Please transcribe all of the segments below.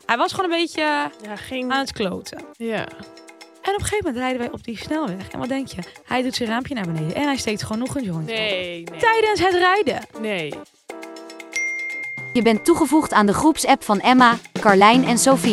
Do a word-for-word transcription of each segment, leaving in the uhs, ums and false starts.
Hij was gewoon een beetje Ja, geen... aan het kloten. Ja. En op een gegeven moment rijden wij op die snelweg. En wat denk je? Hij doet zijn raampje naar beneden. En hij steekt gewoon nog een joint op. Nee, nee. Tijdens het rijden. Nee. Je bent toegevoegd aan de groepsapp van Emma, Carlijn en Sophie.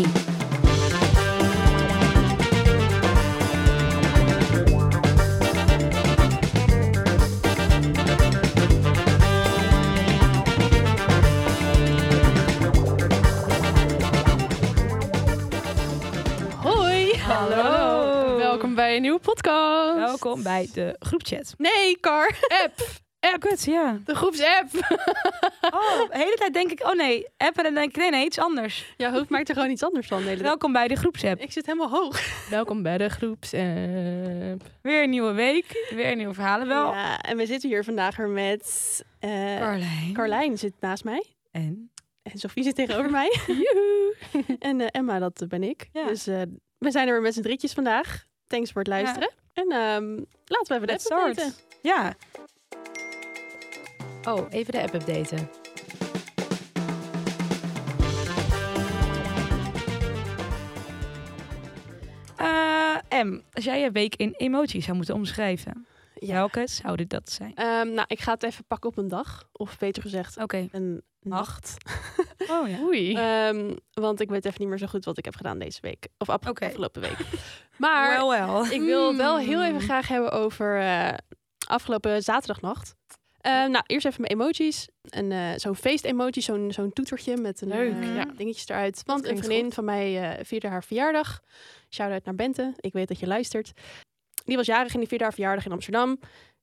Hoi. Hallo. Welkom bij een nieuwe podcast. Welkom bij de groepchat. Nee, Car. App. App. Kut, ja. De groepsapp. Oh, de hele tijd denk ik, oh nee, app en dan denk ik, nee, nee, iets anders. Jouw hoofd maakt er gewoon iets anders van. De hele tijd. Welkom bij de groepsapp. Ik zit helemaal hoog. Welkom bij de groepsapp. Weer een nieuwe week, weer nieuwe verhalen wel. Ja, en we zitten hier vandaag weer met... Uh, Carlijn. Carlijn zit naast mij. En? En Sophie zit tegenover mij. En uh, Emma, dat ben ik. Ja. Dus uh, we zijn er weer met z'n drietjes vandaag. Thanks voor het luisteren. Ja. En um, laten we even de Let's app start. updaten. Ja. Oh, even de app updaten. Uh, M, als jij je week in emoties zou moeten omschrijven, Ja. welke zou dit dat zijn? Um, nou, ik ga het even pakken op een dag. Of beter gezegd, Oké. Okay. een nacht. Oh ja. Oei. Um, want ik weet even niet meer zo goed wat ik heb gedaan deze week. Of af- Okay. afgelopen week. Maar Wel, wel. ik wil het wel heel even graag hebben over uh, afgelopen zaterdagnacht. Uh, nou, eerst even mijn emojis. En, uh, zo'n feest-emoji, zo'n, zo'n toetertje met een, Leuk, uh, ja. dingetjes eruit. Want een klinkt vriendin goed. van mij uh, vierde haar verjaardag. Shout-out naar Bente. Ik weet dat je luistert. Die was jarig en die vierde haar verjaardag in Amsterdam.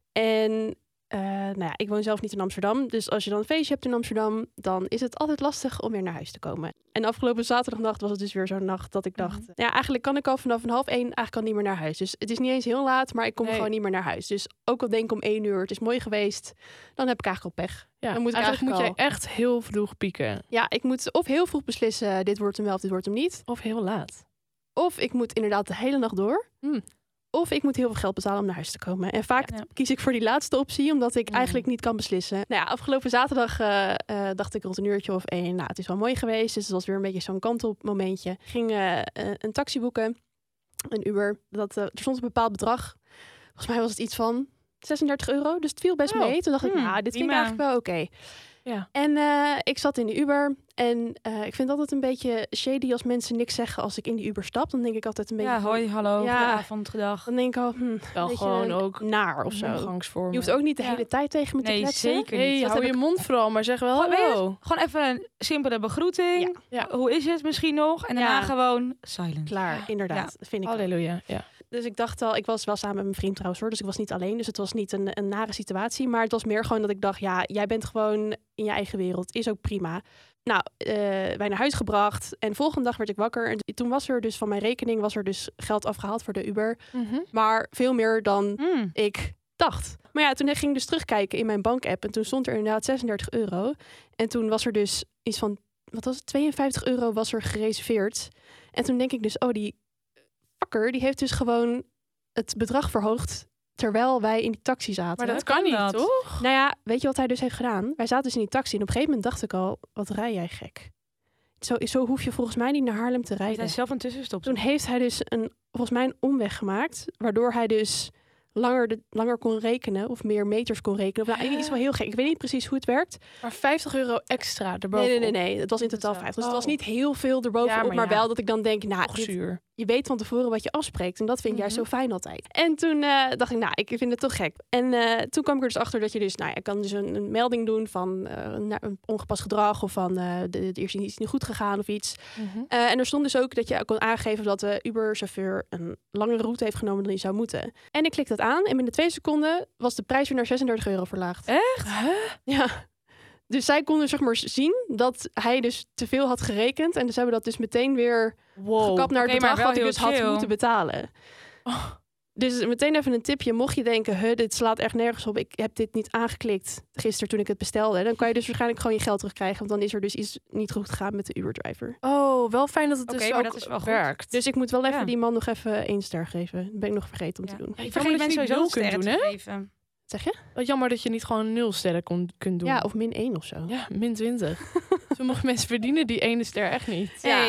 En uh, nou ja, ik woon zelf niet in Amsterdam. Dus als je dan een feestje hebt in Amsterdam, dan is het altijd lastig om weer naar huis te komen. En afgelopen zaterdagnacht was het dus weer zo'n nacht dat ik dacht... Mm-hmm. Ja, eigenlijk kan ik al vanaf een half één eigenlijk al niet meer naar huis. Dus het is niet eens heel laat, maar ik kom Nee. gewoon niet meer naar huis. Dus ook al denk ik om één uur, het is mooi geweest, dan heb ik eigenlijk al pech. Ja, dan moet ik eigenlijk moet eigenlijk jij echt heel vroeg pieken. Ja, ik moet of heel vroeg beslissen, dit wordt hem wel of dit wordt hem niet. Of heel laat. Of ik moet inderdaad de hele nacht door. Hmm. Of ik moet heel veel geld betalen om naar huis te komen. En vaak Ja. kies ik voor die laatste optie, omdat ik Mm. eigenlijk niet kan beslissen. Nou ja, afgelopen zaterdag uh, uh, dacht ik rond een uurtje of één, nou, het is wel mooi geweest. Dus het was weer een beetje zo'n kantelmomentje. momentje. Ik ging uh, uh, een taxi boeken, een Uber. Dat, uh, er stond een bepaald bedrag. Volgens mij was het iets van zesendertig euro, dus het viel best Oh. mee. Toen dacht ik, Hmm, nou, dit vind ik prima. eigenlijk wel oké. Okay. Ja. En uh, ik zat in de Uber en uh, ik vind het altijd een beetje shady als mensen niks zeggen als ik in die Uber stap. Dan denk ik altijd een beetje Ja, van, hoi, hallo, Ja. goedenavond, gedag. dan denk ik al, hm, Wel beetje gewoon ook naar of zo. omgangsvormen. Je hoeft ook niet de Ja. hele tijd tegen me te Nee, kletsen. zeker Hey, niet. Dat hou heb je ik- mond vooral, maar zeg wel Gewoon, hallo. Gewoon even een simpele begroeting. Ja. Hoe is het misschien nog? En daarna Ja. gewoon silent. Klaar, inderdaad. Dat vind ik ook. Halleluja. Ja. Dus ik dacht al, ik was wel samen met mijn vriend trouwens hoor. Dus ik was niet alleen. Dus het was niet een, een nare situatie. Maar het was meer gewoon dat ik dacht, ja, jij bent gewoon in je eigen wereld. Is ook prima. Nou, uh, wij naar huis gebracht. En de volgende dag werd ik wakker. En toen was er dus van mijn rekening was er dus geld afgehaald voor de Uber. Mm-hmm. Maar veel meer dan Mm. ik dacht. Maar ja, toen ging ik dus terugkijken in mijn bankapp. En toen stond er inderdaad zesendertig euro. En toen was er dus iets van, wat was het? tweeënvijftig euro was er gereserveerd. En toen denk ik dus, oh, die fucker, die heeft dus gewoon het bedrag verhoogd terwijl wij in die taxi zaten. Maar dat kan kan niet, dat? toch? Nou ja, weet je wat hij dus heeft gedaan? Wij zaten dus in die taxi en op een gegeven moment dacht ik al, wat rij jij gek? Zo, zo hoef je volgens mij niet naar Haarlem te Hij rijden. zijn zelf een tussenstop. Toen heeft hij dus een, volgens mij een omweg gemaakt, waardoor hij dus langer, de, langer kon rekenen of meer meters kon rekenen. Of, nou, iets wel heel gek. Ik weet niet precies hoe het werkt. Maar vijftig euro extra erbovenop. Nee, nee, nee, nee. Het was in totaal Dat is vijftig. Dus wel- het was niet heel veel erbovenop, Ja, maar, maar ja. wel dat ik dan denk, nou, Toch dit- zuur. je weet van tevoren wat je afspreekt. En dat vind ik juist Mhm. zo fijn altijd. En toen uh, dacht ik, nou, ik vind het toch gek. En uh, toen kwam ik er dus achter dat je dus, nou ja, kan dus een, een melding doen van uh, een ongepast gedrag of van uh, de, de eerste iets niet goed gegaan of iets. Mm-hmm. Uh, en er stond dus ook dat je kon aangeven dat de Uber-chauffeur een langere route heeft genomen dan hij zou moeten. En ik klik dat aan en binnen twee seconden was de prijs weer naar zesendertig euro verlaagd. Echt? Ja. Dus zij konden zeg maar zien dat hij dus te veel had gerekend. En dus hebben dat dus meteen weer Wow. gekapt naar het Oké, maar bedrag wel wat hij heel dus had chill. moeten betalen. Oh. Dus meteen even een tipje. Mocht je denken, huh, dit slaat echt nergens op. Ik heb dit niet aangeklikt gisteren toen ik het bestelde. Dan kan je dus waarschijnlijk gewoon je geld terugkrijgen. Want dan is er dus iets niet goed gegaan met de Uber-driver. Oh, wel fijn dat het Oké, dus maar ook dat is wel goed. werkt. Dus ik moet wel even Ja. die man nog even één ster geven. Dat ben ik nog vergeten om Ja. te doen. Ja, Ik jammer vergeet dat je mensen niet sowieso nul kunt sterren doen, te hè? geven. Zeg je? Wat jammer dat je niet gewoon nul sterren kon, kunt doen. Ja, of min één of zo. Ja, min twintig. Sommige mensen verdienen die ene ster echt niet. Ja. Hey,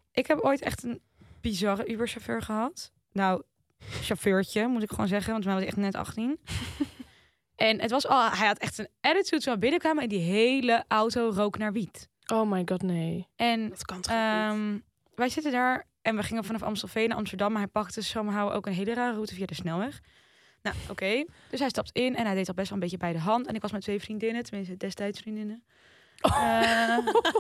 ik heb ooit echt een bizarre Uber-chauffeur gehad. Nou, chauffeurtje, moet ik gewoon zeggen. Want toen was ik echt net achttien. En het was al, hij had echt een attitude toen we binnenkwamen. En die hele auto rook naar wiet. Oh my god, nee. En Dat kan toch niet? um, wij zitten daar en we gingen vanaf Amstelveen naar Amsterdam. Maar hij pakte somehow ook een hele rare route via de snelweg. Nou, oké. Okay. Dus hij stapt in en hij deed al best wel een beetje bij de hand. En ik was met twee vriendinnen, tenminste destijds vriendinnen. Oh. Uh,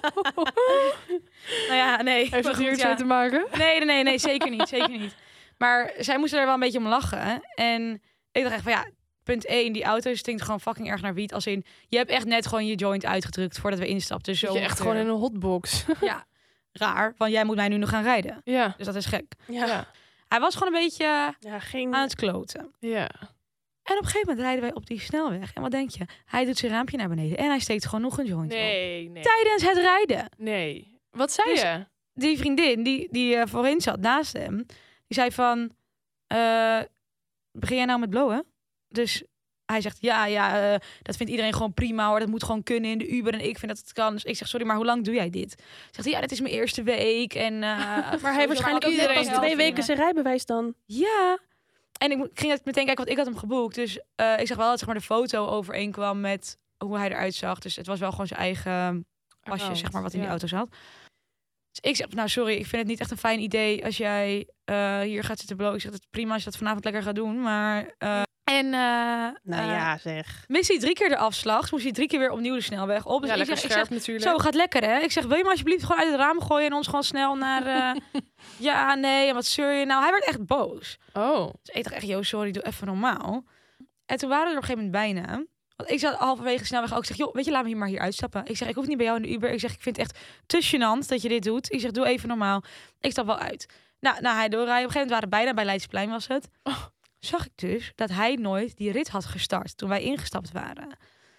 nou ja, nee. Heeft dat hier iets ja. mee te maken? Nee, nee, nee, nee, zeker niet, zeker niet. Maar zij moesten er wel een beetje om lachen. En ik dacht echt van ja, punt één, die auto stinkt gewoon fucking erg naar wiet. Als in, je hebt echt net gewoon je joint uitgedrukt voordat we instapten. Dus zo je echt gewoon in een hotbox. Ja, raar, want jij moet mij nu nog gaan rijden. Ja. Dus dat is gek. Ja. Ja. Hij was gewoon een beetje Ja, geen... aan het kloten. Ja. En op een gegeven moment rijden wij op die snelweg. En wat denk je? Hij doet zijn raampje naar beneden en hij steekt gewoon nog een joint op. Nee, nee. Tijdens het rijden. Nee. Wat zei Dus- je? Die vriendin die, die uh, voorin zat naast hem, die zei van, uh, begin jij nou met blowen? Dus hij zegt, ja, ja, uh, dat vindt iedereen gewoon prima hoor. Dat moet gewoon kunnen in de Uber en ik vind dat het kan. Dus ik zeg, sorry, maar hoe lang doe jij dit? Zegt hij, ja, dit is mijn eerste week. En, uh, Maar hij heeft waarschijnlijk ook net iedereen pas twee helft. weken zijn rijbewijs dan. Ja. En ik mo- ging het meteen kijken, want ik had hem geboekt. Dus uh, ik zag wel dat zeg maar, de foto overeenkwam met hoe hij eruit zag. Dus het was wel gewoon zijn eigen pasje, Account, zeg maar, wat in ja. die auto zat. Dus ik zeg, nou sorry, ik vind het niet echt een fijn idee als jij uh, hier gaat zitten blowen. Ik zeg, het is prima als je dat vanavond lekker gaat doen, maar... Uh, en uh, Nou uh, ja, zeg. mist hij drie keer de afslag, moest hij drie keer weer opnieuw de snelweg op. Dus Ja, ik lekker zeg, ik scherp zeg, natuurlijk. zo, gaat lekker hè? Ik zeg, wil je me alsjeblieft gewoon uit het raam gooien en ons gewoon snel naar... Uh, ja, nee, en wat zeur je nou? Hij werd echt boos. Oh. Dus ik dacht echt, yo, sorry, doe even normaal. En toen waren we er op een gegeven moment bijna. Want ik zat halverwege snelweg ook. Ik zeg, joh, weet je, laat me hier maar hier uitstappen. Ik zeg, ik hoef niet bij jou in de Uber. Ik zeg, ik vind het echt te gênant dat je dit doet. Ik zeg, doe even normaal. Ik stap wel uit. Nou, nou hij doorrijden. Op een gegeven moment waren we bijna bij Leidsplein was het. Oh. Zag ik dus dat hij nooit die rit had gestart toen wij ingestapt waren.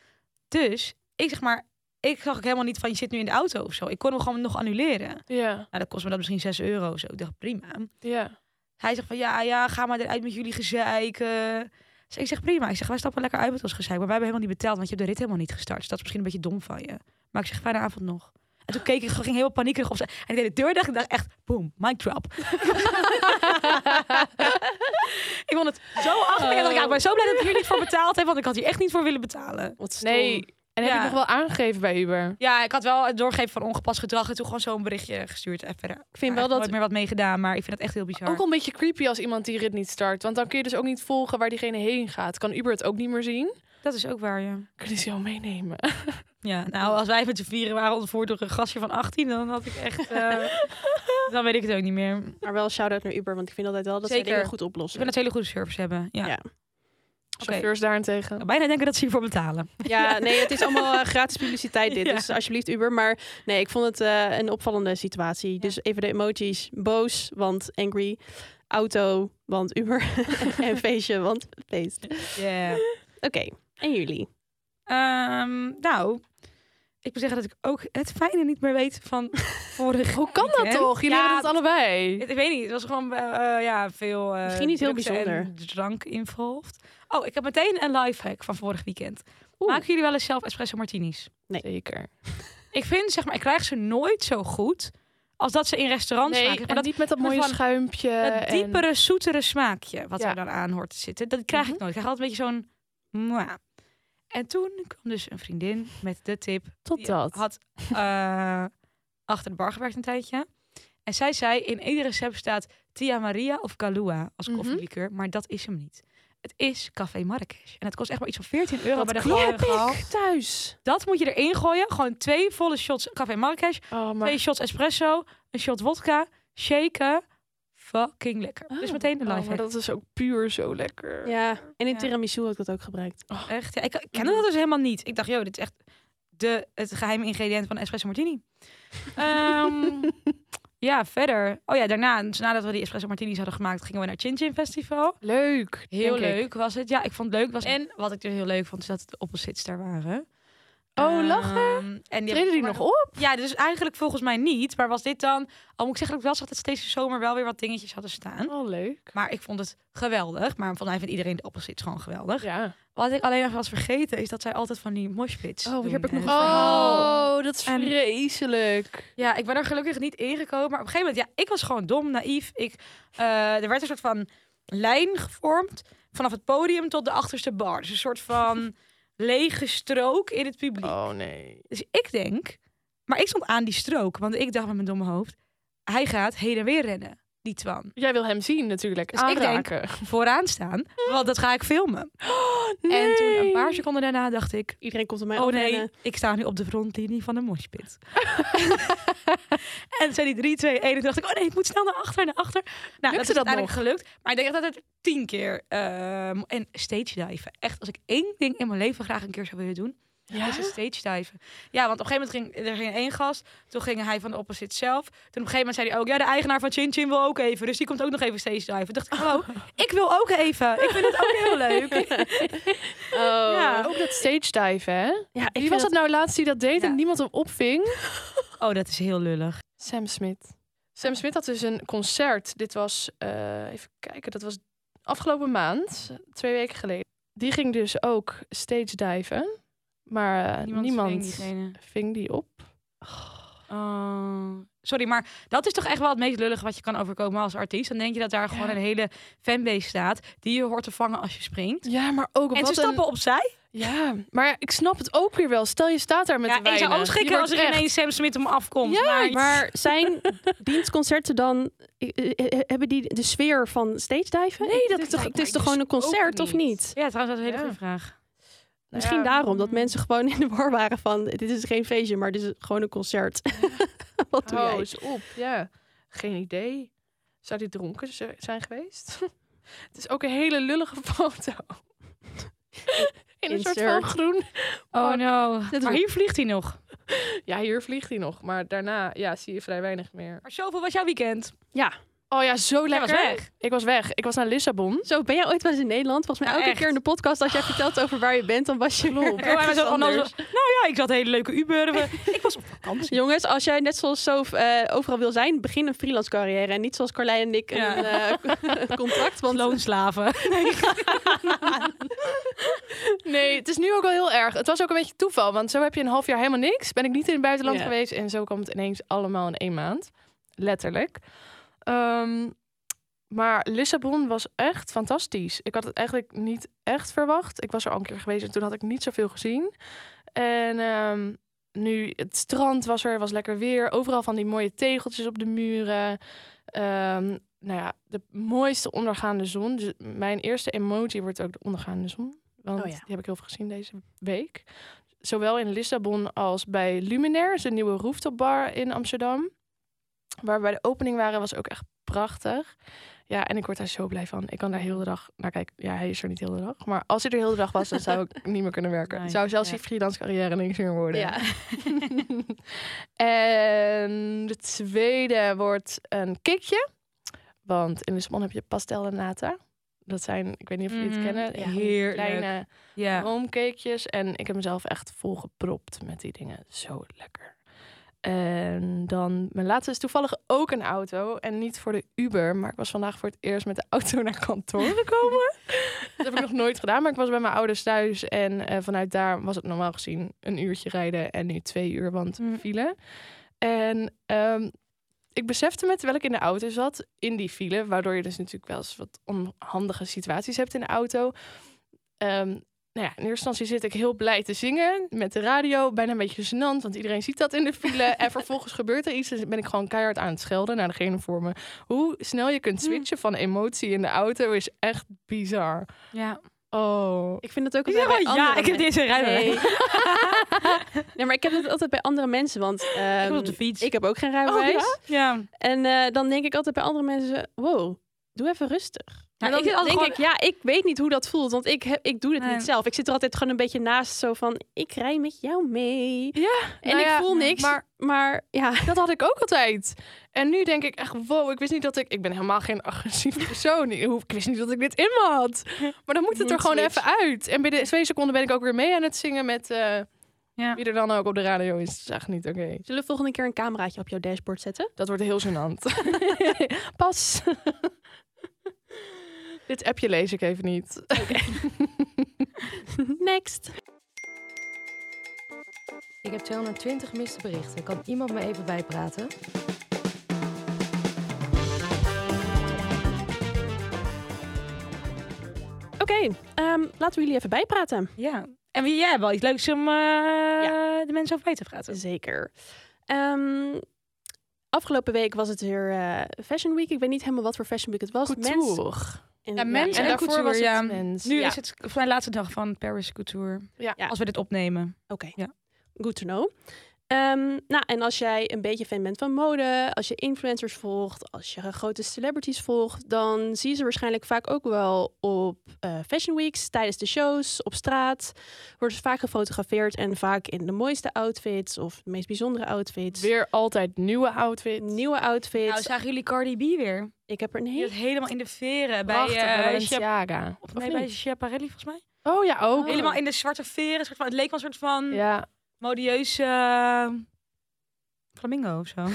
Dus, ik zeg maar, ik zag ook helemaal niet van, je zit nu in de auto of zo. Ik kon hem gewoon nog annuleren. Ja. Nou, dat kost me dat misschien zes euro of zo. Ik dacht, prima. Ja. Hij zegt van, ja, ja, ga maar eruit met jullie gezeik. Uh. Dus ik zeg, prima. Ik zeg, wij stappen lekker uit met ons gezeik. Maar wij hebben helemaal niet betaald, want je hebt de rit helemaal niet gestart. Dus dat is misschien een beetje dom van je. Maar ik zeg, fijne avond nog. En toen keek ik, ging heel paniekerig op. En ik deed de deur dicht en ik dacht echt, boom, mic drop. Ik vond het zo achterlijk. En dacht ik, ik ben zo blij dat ik hier niet voor betaald heb, want ik had hier echt niet voor willen betalen. Wat stom. Nee. En heb Ja. je nog wel aangegeven bij Uber? Ja, ik had wel het doorgeven van ongepast gedrag en toen gewoon zo'n berichtje gestuurd. En verder, Ik vind maar wel dat... nooit meer wat meegedaan, maar ik vind het echt heel bizar. Ook wel een beetje creepy als iemand die rit niet start. Want dan kun je dus ook niet volgen waar diegene heen gaat. Kan Uber het ook niet meer zien? Dat is ook waar, ja. Kunnen ze jou meenemen? Ja, nou, als wij met z'n vieren waren ontvoerd door een gastje van achttien, dan had ik echt... Uh, dan weet ik het ook niet meer. Maar wel shout-out naar Uber, want ik vind altijd wel dat Zeker. ze dingen goed Ik oplossen. vind dat ze hele goede service hebben. Ja. Ja. Oké. Chauffeurs daarentegen. Ik zou bijna denken dat ze hiervoor betalen. Ja, nee, het is allemaal uh, gratis publiciteit dit. Ja. Dus alsjeblieft Uber. Maar nee, ik vond het uh, een opvallende situatie. Dus even de emojis. Boos, want angry. Auto, want Uber. En feestje, want feest. Yeah. Oké, okay. En jullie? Um, nou, ik moet zeggen dat ik ook het fijne niet meer weet van vorig Hoe kan dat weekend. toch? Jullie Ja, hebben het allebei. Ik weet niet, het was gewoon uh, uh, ja, veel uh, Misschien niet heel drukte bijzonder. en drank involved. Oh, ik heb meteen een lifehack van vorig weekend. Oeh. Maken jullie wel eens zelf espresso martinis? Zeker. Ik vind, zeg maar, ik krijg ze nooit zo goed als dat ze in restaurants Nee, maken. en Maar dat, niet met dat maar mooie van schuimpje. dat en- diepere, zoetere smaakje wat Ja. er dan aan hoort te zitten, dat krijg ik Mhm. nooit. Ik krijg altijd een beetje zo'n... mwah. En toen kwam dus een vriendin met de tip. Tot Die dat. had uh, achter de bar gewerkt een tijdje. En zij zei, in ieder recept staat Tia Maria of Kahlua als Mhm. koffielikeur. Maar dat is hem niet. Het is Café Marrakesh. En het kost echt maar iets van veertien euro Dat bij de klopt. Gouden Gal. Thuis. Dat moet je erin gooien. Gewoon twee volle shots Café Marrakesh. Oh, maar... Twee shots espresso. Een shot wodka. Shaken. Fucking lekker. Oh. Dus meteen de Oh, live maar dat is ook puur zo lekker. Ja, en in Ja. tiramisu had ik dat ook gebruikt. Echt, ja, ik ik kende dat dus helemaal niet. Ik dacht, joh, dit is echt de, het geheime ingrediënt van espresso martini. Ehm, ja, verder. Oh ja, daarna, dus nadat we die espresso martinis hadden gemaakt, gingen we naar Chin Chin Festival. Leuk. Heel denk ik. leuk was het. Ja, ik vond het leuk. Was... En wat ik dus heel leuk vond, is dat de opposites daar waren. Oh, lachen? Um, en die Treden die nog op? Ja, dus eigenlijk volgens mij niet. Maar was dit dan... Al moet ik zeggen dat ik wel zag dat steeds de zomer wel weer wat dingetjes hadden staan. Oh, leuk. Maar ik vond het geweldig. Maar volgens mij vindt iedereen de opposites gewoon geweldig. Ja. Wat ik alleen nog was vergeten, is dat zij altijd van die moshpits Oh, hier doen. heb ik En nog het een verhaal- Oh, dat is En- vreselijk. Ja, ik ben er gelukkig niet ingekomen. Maar op een gegeven moment, ja, ik was gewoon dom, naïef. Ik, uh, er werd een soort van lijn gevormd vanaf het podium tot de achterste bar. Dus een soort van lege strook in het publiek. Oh, nee. Dus ik denk, maar ik stond aan die strook, want ik dacht met mijn domme hoofd, hij gaat heen en weer rennen, die Twan. Jij wil hem zien natuurlijk, Dus ik aanraken. Vooraan staan, want dat ga ik filmen. Nee. En toen een paar seconden daarna dacht ik, Iedereen komt op mij oh nee, afrennen. ik sta nu op de frontlinie van de moshpit. En toen zei die drie, twee, één. En toen dacht ik, oh nee, ik moet snel naar achter, naar achter. Nou, dat is dat uiteindelijk nog? gelukt. Maar ik denk dat het tien keer... ehm, en stage diven. Echt, als ik één ding in mijn leven graag een keer zou willen doen... Ja? is het stage diven. Ja, want op een gegeven moment ging er ging één gast. Toen ging hij van de opposite zelf. Toen op een gegeven moment zei hij ook... Ja, de eigenaar van Chin Chin wil ook even. Dus die komt ook nog even stage diven. Toen dacht ik, hallo, ik wil ook even. Ik vind het ook heel leuk. Oh, Ja. ook dat stage diven, hè? Ja, ik Wie was het nou laatst die dat deed Ja. en niemand hem opving? Oh, dat is heel lullig. Sam Smith. Sam Smith had dus een concert. Dit was, uh, even kijken, dat was afgelopen maand, twee weken geleden. Die ging dus ook stage diven. Maar uh, niemand, niemand ving diegene. ving die op. Oh. Sorry, maar dat is toch echt wel het meest lullige wat je kan overkomen als artiest. Dan denk je dat daar gewoon Ja. een hele fanbase staat die je hoort te vangen als je springt. Ja, maar ook En wat ze stappen een... opzij. Ja, maar ik snap het ook weer wel. Stel je staat daar met Ja, de ik wijnen. zou ook Je schrikken als wordt er echt- ineens Sam Smith om afkomt. Ja, maar, Maar zijn dienstconcerten dan... eh, eh, hebben die de sfeer van stage diven? Nee, dat het is toch, lijkt het is mij toch gewoon een dus ook concert, of niet. niet? Ja, trouwens, dat is een hele Ja. goede vraag. Nou Misschien ja, daarom, dat mensen gewoon in de war waren van... Dit is geen feestje, maar dit is gewoon een concert. Wat doe Oh, jij? eens op. Ja, geen idee. Zou die dronken z- zijn geweest? Het is ook een hele lullige foto. In een soort van Insert. groen. Oh no. Dit Maar is- hier vliegt hij nog. Ja, hier vliegt hij nog. Maar daarna ja, zie je vrij weinig meer. Maar zoveel was jouw weekend. Ja, Oh ja, zo Jij lekker. was weg. Ik was weg. Ik was naar Lissabon. zo ben jij ooit wel eens in Nederland? Volgens mij Ja, elke echt. keer in de podcast als jij vertelt over waar je bent, dan was je Oh, hij ergens was ook anders. anders. Nou ja, ik zat een hele leuke Uber. Ik was op vakantie. Jongens, als jij net zoals Sof eh, overal wil zijn, begin een freelance carrière. En niet zoals Carlijn en ik Ja. een eh, contract. Want Loonslaven. Nee, het is nu ook wel heel erg. Het was ook een beetje toeval. Want zo heb je een half jaar helemaal niks. Ben ik niet in het buitenland Ja. geweest. En zo kwam het ineens allemaal in één maand. Letterlijk. Ehm, maar Lissabon was echt fantastisch. Ik had het eigenlijk niet echt verwacht. Ik was er al een keer geweest en toen had ik niet zoveel gezien. En ehm, nu, het strand was er, was lekker weer. Overal van die mooie tegeltjes op de muren. Ehm, nou ja, de mooiste ondergaande zon. Dus mijn eerste emoji wordt ook de ondergaande zon. Want Oh ja. die heb ik heel veel gezien deze week. Zowel in Lissabon als bij Luminaire, een nieuwe rooftopbar in Amsterdam. Waar we bij de opening waren, was ook echt prachtig. Ja, en ik word daar zo blij van. Ik kan daar heel de dag... Nou kijk, ja, hij is er niet heel de dag. Maar als hij er heel de dag was, dan zou ik niet meer kunnen werken. Nee, Zou zelfs ja. die freelance carrière niks meer worden. ja. En de tweede wordt een cakeje. Want in Lissabon heb je pastel en nata. Dat zijn, ik weet niet of jullie Mhm, het kennen, ja. die Heerlijk. kleine Ja. roomcakejes. En ik heb mezelf echt volgepropt met die dingen. Zo lekker. En dan, mijn laatste is toevallig ook een auto. En niet voor de Uber, maar ik was vandaag voor het eerst met de auto naar kantoor gekomen. Dat heb ik nog nooit gedaan, maar ik was bij mijn ouders thuis. En eh, vanuit daar was het normaal gezien een uurtje rijden en nu twee uur, want Mm. file. En ehm, ik besefte me, terwijl ik in de auto zat, in die file, waardoor je dus natuurlijk wel eens wat onhandige situaties hebt in de auto. Ehm, nou ja, in eerste instantie zit ik heel blij te zingen met de radio. Bijna een beetje gênant, want iedereen ziet dat in de file. En vervolgens gebeurt er iets en ben ik gewoon keihard aan het schelden naar degene voor me. Hoe snel je kunt switchen van emotie in de auto is echt bizar. Ja. Oh. Ik vind het ook Ja, altijd bij ja, andere ik heb mensen. deze rijbewijs. Nee. nee, maar ik heb het altijd bij andere mensen, want ehm, Ik was op de fiets. ik heb ook geen rijbewijs. Ja. En eh, dan denk ik altijd bij andere mensen, wow, doe even rustig. Ja, En dan ik zit altijd denk gewoon- ik, ja, ik weet niet hoe dat voelt, want ik, heb, ik doe dit Nee. niet zelf. Ik zit er altijd gewoon een beetje naast, zo van, ik rij met jou mee. Ja, En nou ik ja, voel niks, maar- maar, maar ja. Dat had ik ook altijd. En nu denk ik echt, wow, ik wist niet dat ik... Ik ben helemaal geen agressief persoon. Ik ik wist niet dat ik dit in me had. Maar dan moet het er Mood gewoon switch. even uit. En binnen twee seconden ben ik ook weer mee aan het zingen met... eh, Ja. Wie er dan ook op de radio is, is echt niet oké. Okay. Zullen we volgende keer een cameraatje op jouw dashboard zetten? Dat wordt heel gênant. Pas. Dit appje lees ik even niet. Okay. Next. Ik heb tweehonderdtwintig gemiste berichten. Kan iemand me even bijpraten? Oké, okay, um, laten we jullie even bijpraten. Ja. En wie jij hebt wel iets leuks om uh, ja. de mensen over bij te praten. Zeker. Um, afgelopen week was het weer uh, Fashion Week. Ik weet niet helemaal wat voor Fashion Week het was. Couture. En, ja, mens ja, en, en daarvoor couture, was het ja. mens. Nu ja. is het mijn laatste dag van Paris Couture. Ja. Ja. Als we dit opnemen. Oké, okay. ja. Good to know. Um, nou, en als jij een beetje fan bent van mode, als je influencers volgt, als je grote celebrities volgt, dan zie je ze waarschijnlijk vaak ook wel op uh, Fashion Weeks, tijdens de shows, op straat. Worden ze vaak gefotografeerd en vaak in de mooiste outfits of de meest bijzondere outfits. Weer altijd nieuwe outfits. Nieuwe outfits. Nou, zagen jullie Cardi B weer? Ik heb er een hele... helemaal in de veren Prachtig, bij uh, Balenciaga. Of nee, bij Schiaparelli volgens mij. Oh ja, ook. Oh. Helemaal in de zwarte veren. Soort van, het leek wel een soort van... Ja. Modieuze uh, flamingo of zo.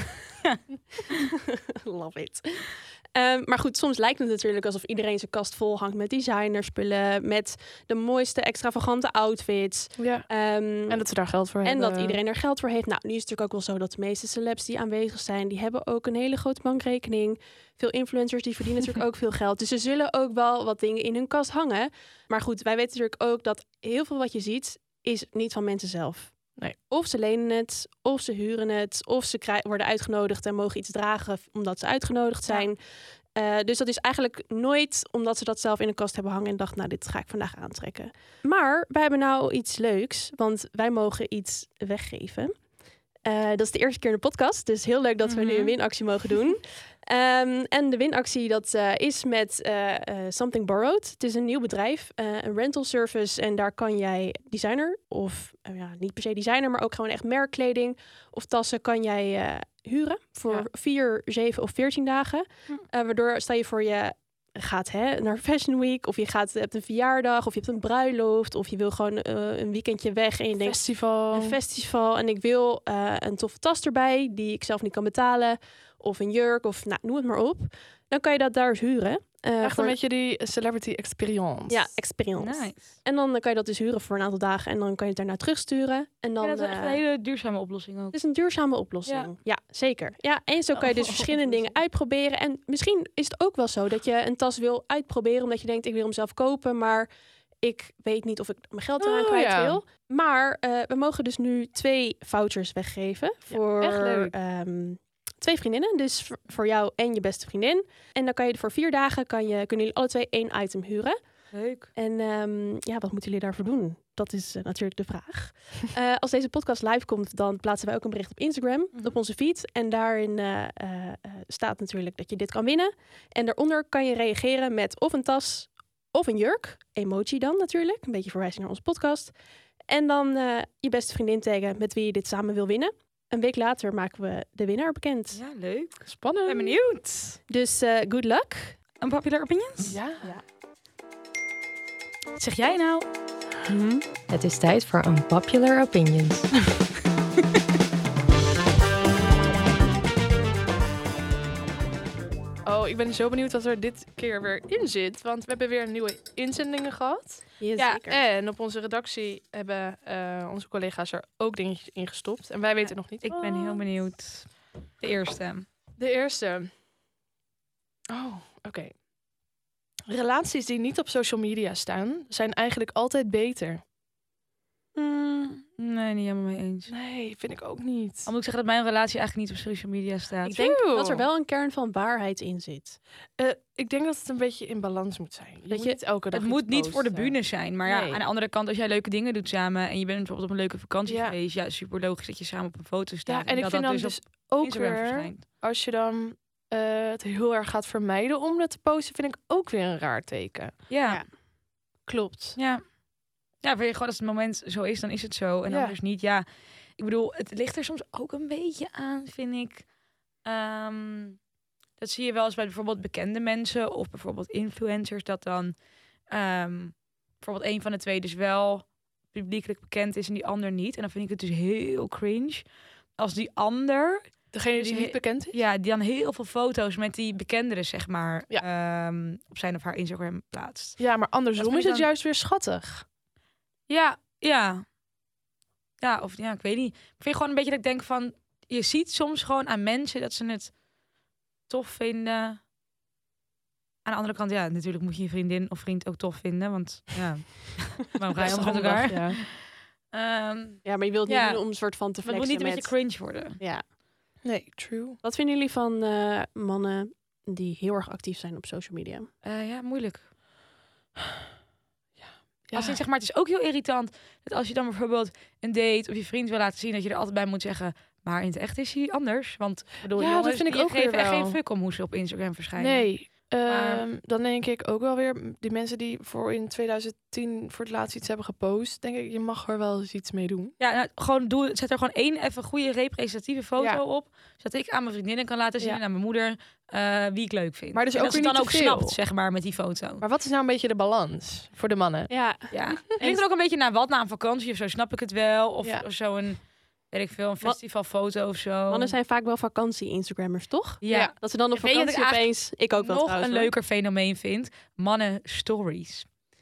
Love it. Um, maar goed, soms lijkt het natuurlijk alsof iedereen zijn kast vol hangt met designerspullen, met de mooiste extravagante outfits. Ja. Um, en dat ze daar geld voor en hebben. En dat iedereen er geld voor heeft. Nou, nu is het natuurlijk ook wel zo dat de meeste celebs die aanwezig zijn, die hebben ook een hele grote bankrekening. Veel influencers die verdienen natuurlijk ook veel geld. Dus ze zullen ook wel wat dingen in hun kast hangen. Maar goed, wij weten natuurlijk ook dat heel veel wat je ziet is niet van mensen zelf. Nee. Of ze lenen het, of ze huren het, of ze krijgen, worden uitgenodigd en mogen iets dragen omdat ze uitgenodigd zijn. Ja. Uh, dus dat is eigenlijk nooit omdat ze dat zelf in een kast hebben hangen en dachten, nou, dit ga ik vandaag aantrekken. Maar wij hebben nou iets leuks, want wij mogen iets weggeven. Uh, dat is de eerste keer in de podcast, dus heel leuk dat we mm-hmm. nu een winactie mogen doen. Um, en de winactie dat uh, is met uh, uh, Something Borrowed. Het is een nieuw bedrijf, uh, een rental service. En daar kan jij designer of uh, ja, niet per se designer, maar ook gewoon echt merkkleding of tassen kan jij uh, huren voor ja. vier, zeven of veertien dagen. Hm. Uh, waardoor sta je voor je gaat hè, naar Fashion Week of je gaat hebt een verjaardag of je hebt een bruiloft of je wil gewoon uh, een weekendje weg en je denkt festival. een festival en ik wil uh, een toffe tas erbij die ik zelf niet kan betalen of een jurk of nou, noem het maar op. Dan kan je dat daar huren. Uh, Echt voor... een beetje die celebrity experience. Ja, experience. Nice. En dan kan je dat dus huren voor een aantal dagen en dan kan je het daarna terugsturen. En dan, ja, dat is echt uh, een hele duurzame oplossing ook. Het is een duurzame oplossing. Ja, ja zeker. Ja, en zo kan je dus oh, verschillende dingen uitproberen. En misschien is het ook wel zo dat je een tas wil uitproberen omdat je denkt ik wil hem zelf kopen, maar ik weet niet of ik mijn geld eraan oh, kwijt ja. wil. Maar uh, we mogen dus nu twee vouchers weggeven voor ja, echt leuk. Um, twee vriendinnen, dus voor, voor jou en je beste vriendin. En dan kan je voor vier dagen kan je, kunnen jullie alle twee één item huren. Leuk. En um, ja, wat moeten jullie daarvoor doen? Dat is uh, natuurlijk de vraag. Uh, als deze podcast live komt, dan plaatsen wij ook een bericht op Instagram, mm-hmm. op onze feed. En daarin uh, uh, staat natuurlijk dat je dit kan winnen. En daaronder kan je reageren met of een tas of een jurk. Emoji dan natuurlijk, een beetje verwijzing naar onze podcast. En dan uh, je beste vriendin taggen met wie je dit samen wil winnen. Een week later maken we de winnaar bekend. Ja, leuk. Spannend. Ben benieuwd. Dus uh, good luck. Unpopular opinions? Ja. ja. Wat zeg jij nou? Hmm, het is tijd voor Unpopular opinions. Oh, ik ben zo benieuwd wat er dit keer weer in zit. Want we hebben weer nieuwe inzendingen gehad. Yes, ja, zeker. En op onze redactie hebben uh, onze collega's er ook dingetjes in gestopt. En wij weten ja, nog niet. Ik ben heel benieuwd. De eerste. De eerste. Oh, oké. Okay. Relaties die niet op social media staan, zijn eigenlijk altijd beter. Mm, nee, niet helemaal mee eens. Nee, vind ik ook niet. Dan moet ik zeggen dat mijn relatie eigenlijk niet op social media staat. Ik denk dat er wel een kern van waarheid in zit. Uh, ik denk dat het een beetje in balans moet zijn. Je dat moet je, niet elke dag het moet niet posten. voor de bühne zijn. Maar nee. ja, aan de andere kant, als jij leuke dingen doet samen en je bent bijvoorbeeld op een leuke vakantie ja. geweest, ja, super logisch dat je samen op een foto staat. Ja, en, en ik dat vind dat dan dus, dus ook Instagram weer, verschijnt. Als je dan uh, het heel erg gaat vermijden om dat te posten, vind ik ook weer een raar teken. Ja, ja. Klopt. Ja. Ja, vind je gewoon als het moment zo is, dan is het zo. En ja. anders niet. Ja, ik bedoel, het ligt er soms ook een beetje aan, vind ik. Um, dat zie je wel eens bij bijvoorbeeld bekende mensen of bijvoorbeeld influencers. Dat dan um, bijvoorbeeld een van de twee dus wel publiekelijk bekend is en die ander niet. En dan vind ik het dus heel cringe. Als die ander... Degene Dus die he- niet bekend is? Ja, die dan heel veel foto's met die bekenderen, zeg maar, Ja. um, op zijn of haar Instagram plaatst. Ja, maar Dat andersom vind is ik het dan- juist weer schattig. Ja, ja. Ja, of ja, ik weet niet. Ik vind gewoon een beetje dat ik denk van... Je ziet soms gewoon aan mensen dat ze het tof vinden. Aan de andere kant, ja, natuurlijk moet je je vriendin of vriend ook tof vinden. Want ja, waarom ga je anders met elkaar? Ja. Ehm, Ja, maar je wilt niet Ja. doen om een soort van te maar het moet flexen niet een met... beetje cringe worden. Ja. Nee, true. Wat vinden jullie van eh, mannen die heel erg actief zijn op social media? Uh, ja, moeilijk. Ja. Als in, zeg maar, het is ook heel irritant dat als je dan bijvoorbeeld een date of je vriend wil laten zien, dat je er altijd bij moet zeggen, maar in het echt is hij anders. Want ik bedoel, Ja, dat jongens, vind ik die ook geven weer echt wel. geen fuck om hoe ze op Instagram verschijnen. Nee. Maar- Ehm, dan denk ik ook wel weer, die mensen die voor in twintig tien voor het laatst iets hebben gepost, denk ik, je mag er wel eens iets mee doen. Ja, nou, gewoon doe, zet er gewoon één even goede representatieve foto Ja. op, zodat ik aan mijn vriendinnen kan laten zien Ja. en aan mijn moeder uh, wie ik leuk vind. Maar dus en ook dat ze weer het dan niet ook te veel. snapt, zeg maar, met die foto. Maar wat is nou een beetje de balans voor de mannen? Ja, Ja, het ligt er ook een beetje naar wat, na een vakantie of zo, snap ik het wel. Of, Ja. of zo'n, weet ik veel, een festivalfoto of zo. mannen zijn vaak wel vakantie-Instagrammers, toch? Ja. Ja. Dat ze dan op Weet je wat vakantie ik opeens... Ik ook wel nog trouwens, een hoor. leuker fenomeen vind. Mannen stories.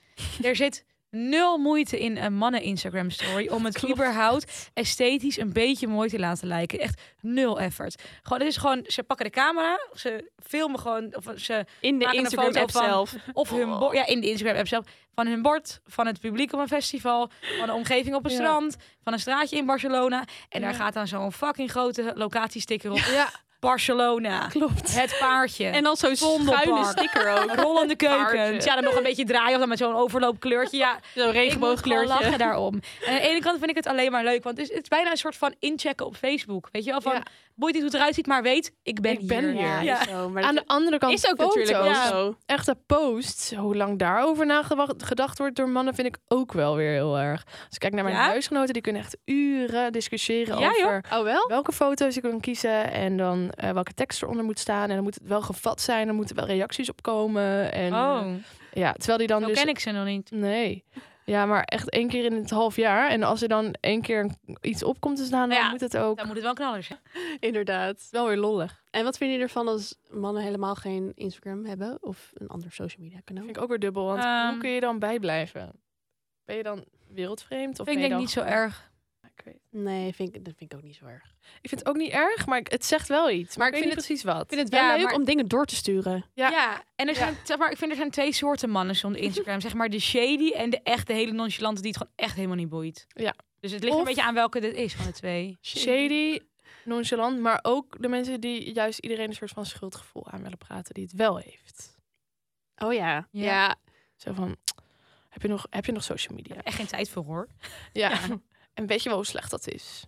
Er zit nul moeite in een mannen Instagram story om het Klopt. überhaupt esthetisch een beetje mooi te laten lijken. Echt nul effort. Gewoon, het is gewoon, ze pakken de camera, ze filmen gewoon, of ze In de maken een Instagram-app foto van- zelf. of hun bord, ja, in de Instagram app zelf, van hun bord, van het publiek op een festival, van de omgeving op een Ja. strand, van een straatje in Barcelona. En daar Ja. gaat dan zo'n fucking grote locatiesticker op. Ja, Barcelona. klopt. Het paardje. En dan zo'n Vondelpark. schuine sticker ook. Rollende keukens. Paardje. Ja, dan nog een beetje draaien of dan met zo'n overloopkleurtje. Ja, Zo'n ik moet gewoon regenboogkleurtje. lachen daarom. En aan de ene kant vind ik het alleen maar leuk, want het is, het is bijna een soort van inchecken op Facebook. Weet je wel, van Ja. boeit niet hoe het eruit ziet, maar weet, ik ben Ik hier. ben hier. Ja, Ja. is zo. Maar Aan dat de andere kant is ook natuurlijk wel foto's. zo. Echte posts, hoe lang daarover nagedacht wordt door mannen, vind ik ook wel weer heel erg. Als ik kijk naar mijn Ja? huisgenoten, die kunnen echt uren discussiëren Ja, joh. over Oh, wel? welke foto's ik kan kiezen en dan eh, welke tekst eronder moet staan. En dan moet het wel gevat zijn, er moeten wel reacties op komen. En, Oh, ja, terwijl die dan zo dus... ken ik ze nog niet. Nee. Ja, maar echt één keer in het half jaar. En als er dan één keer iets op komt te staan, dan Ja, moet het ook Dan moet het wel knallers zijn. Inderdaad. wel weer lollig. En wat vinden jullie ervan als mannen helemaal geen Instagram hebben? Of een ander social media kanaal? Vind ik ook weer dubbel. Want Ehm. hoe kun je dan bijblijven? Ben je dan wereldvreemd? Of Vind ben ik je denk dan niet zo erg. Ik, weet. Nee, vind ik, dat vind ik ook niet zo erg. ik vind het ook niet erg, maar ik- het zegt wel iets. Maar ik, ik weet vind niet precies wat. Ik vind het wel Ja, leuk maar- om dingen door te sturen. Ja. Ja, en er Ja. zijn, zeg maar, ik vind er zijn twee soorten mannen zonder Instagram. Zeg maar de shady en de echte hele nonchalante die het gewoon echt helemaal niet boeit. Ja. Dus het ligt Of- een beetje aan welke dit is van de twee. Shady, nonchalant, maar ook de mensen die juist iedereen een soort van schuldgevoel aan willen praten, die het wel heeft. Oh ja. Ja. Ja. Zo van, heb je nog, heb je nog social media? Echt geen tijd voor hoor. Ja. En weet je wel hoe slecht dat is?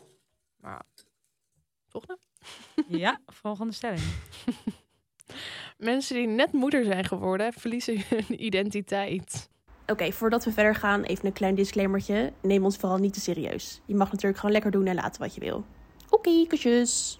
Maar, volgende. Ja, volgende stelling. Mensen die net moeder zijn geworden, verliezen hun identiteit. Oké, voordat we verder gaan, even een klein disclaimertje. Neem ons vooral niet te serieus. Je mag natuurlijk gewoon lekker doen en laten wat je wil. Oké, kusjes.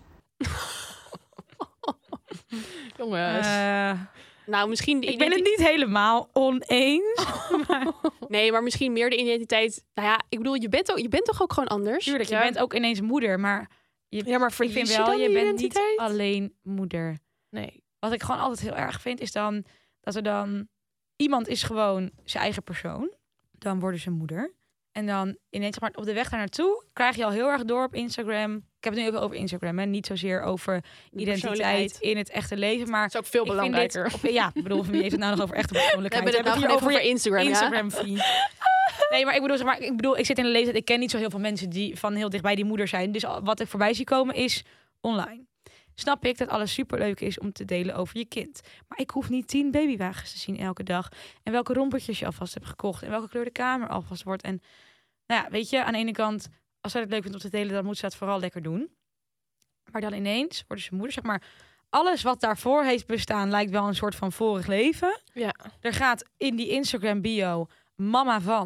Jongens. Eh, Nou, misschien... de ik ben het identi- niet helemaal oneens. maar Nee, maar misschien meer de identiteit... Nou ja, ik bedoel, je bent, ook, je bent toch ook gewoon anders? tuurlijk, je Ja. bent ook ineens moeder. Maar ja, maar ik vind verlies je wel, dan je die bent identiteit? niet alleen moeder. Nee. Wat ik gewoon altijd heel erg vind, is dan dat er dan... Iemand is gewoon zijn eigen persoon. Dan worden ze moeder. En dan ineens, zeg maar, op de weg daar naartoe krijg je al heel erg door op Instagram. Ik heb het nu even over Instagram, hè. Niet zozeer over identiteit persoonlijkheid. in het echte leven. Maar Dat is ook veel ik vind belangrijker. dit, of, ja, ik bedoel, wie heeft het nou nog over echte We persoonlijkheid? hebben het nou hier gewoon even over Instagram, ja? Instagram feed. Nee, maar ik bedoel, zeg maar, ik bedoel, ik zit in een leeftijd, ik ken niet zo heel veel mensen die van heel dichtbij die moeder zijn. Dus al- wat ik voorbij zie komen is online. Snap ik dat alles superleuk is om te delen over je kind. Maar ik hoef niet tien babywagens te zien elke dag. En welke rompertjes je alvast hebt gekocht. En welke kleur de kamer alvast wordt. En nou ja, weet je, aan de ene kant, als zij het leuk vindt om te delen, dan moet ze dat vooral lekker doen. Maar dan ineens worden ze moeder, zeg maar. Alles wat daarvoor heeft bestaan lijkt wel een soort van vorig leven. Ja. Er gaat in die Instagram bio mama van.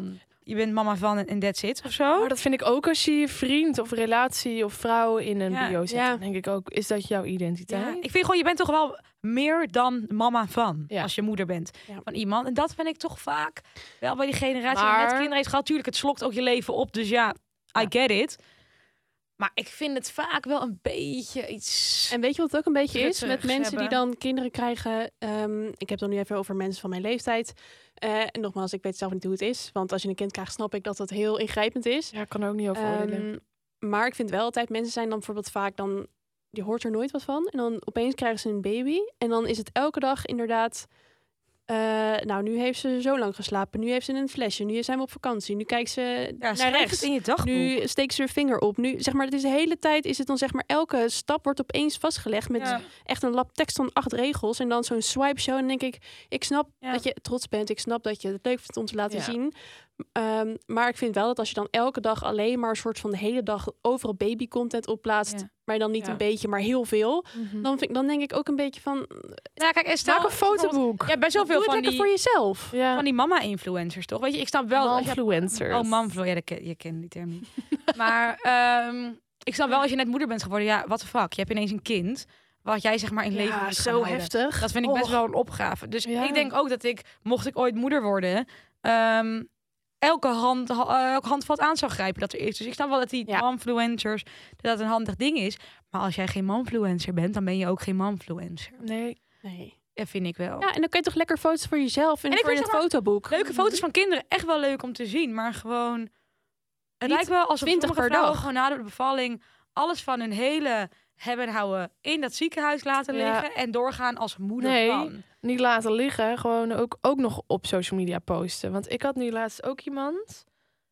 je bent mama van en that's it of zo. Maar dat vind ik ook als je je vriend of relatie of vrouw in een Ja. bio zet. Ja. Dan denk ik ook, is dat jouw identiteit? Ja, ik vind gewoon, je bent toch wel meer dan mama van. Ja. Als je moeder bent Ja. van iemand. En dat vind ik toch vaak wel bij die generatie die Maar- net kinderen heeft gehad. Tuurlijk, het slokt ook je leven op. Dus ja, I get it. Maar ik vind het vaak wel een beetje iets... En weet je wat het ook een beetje is? Prutserig Met mensen die hebben. dan kinderen krijgen. ehm, ik heb het dan nu even over mensen van mijn leeftijd. Eh, en nogmaals, ik weet zelf niet hoe het is. Want als je een kind krijgt, snap ik dat dat heel ingrijpend is. Ja, ik kan er ook niet over oordelen. Ehm, maar ik vind wel altijd, mensen zijn dan bijvoorbeeld vaak dan... Die hoort er nooit wat van. En dan opeens krijgen ze een baby. En dan is het elke dag inderdaad... eh, nou, nu heeft ze zo lang geslapen. Nu heeft ze een flesje. Nu zijn we op vakantie. Nu kijkt ze Ja, naar schrijf rechts. het in je dagboek. Nu steekt ze haar vinger op. Nu, zeg maar, het is de hele tijd is het dan zeg maar elke stap wordt opeens vastgelegd met Ja. echt een lap tekst van acht regels en dan zo'n swipe show. En dan denk ik, ik snap Ja. dat je trots bent. Ik snap dat je het leuk vindt om te laten Ja. zien. Ehm, maar ik vind wel dat als je dan elke dag alleen maar een soort van de hele dag overal baby content opplaatst, Ja. maar dan niet Ja. een beetje, maar heel veel, Mhm. dan, vind, dan denk ik ook een beetje van, Ja, kijk, en stel, Maak een fotoboek. Ja, best wel veel doe het van lekker die, voor jezelf. Ja. van die mama-influencers, toch? Weet je, ik snap wel... als je- Influencers. Oh, mamvlo. Ja, dat ken, je kent die term niet. maar ehm, ik snap wel, als je net moeder bent geworden, ja, what the fuck. Je hebt ineens een kind, wat jij zeg maar in leven Ja, moet gaan zo houden. heftig. Dat vind ik best Och. wel een opgave. Dus Ja. ik denk ook dat ik, mocht ik ooit moeder worden, ehm, elke hand, ha- eh, elk handvat aan zou grijpen dat er is. Dus ik snap wel dat die Ja. momfluencers, dat dat een handig ding is. Maar als jij geen momfluencer bent, dan ben je ook geen momfluencer. Nee. Nee. Dat vind ik wel. Ja, en dan kun je toch lekker foto's voor jezelf en, En ik voor in vind het zeg maar, fotoboek. Leuke foto's van kinderen, echt wel leuk om te zien. Maar gewoon, het Niet lijkt wel alsof twintig sommige per vrouwen dag. gewoon na de bevalling alles van hun hele hebben en houden in dat ziekenhuis laten Ja. liggen en doorgaan als moeder Nee. van. Niet laten liggen, gewoon ook, ook nog op social media posten. Want ik had nu laatst ook iemand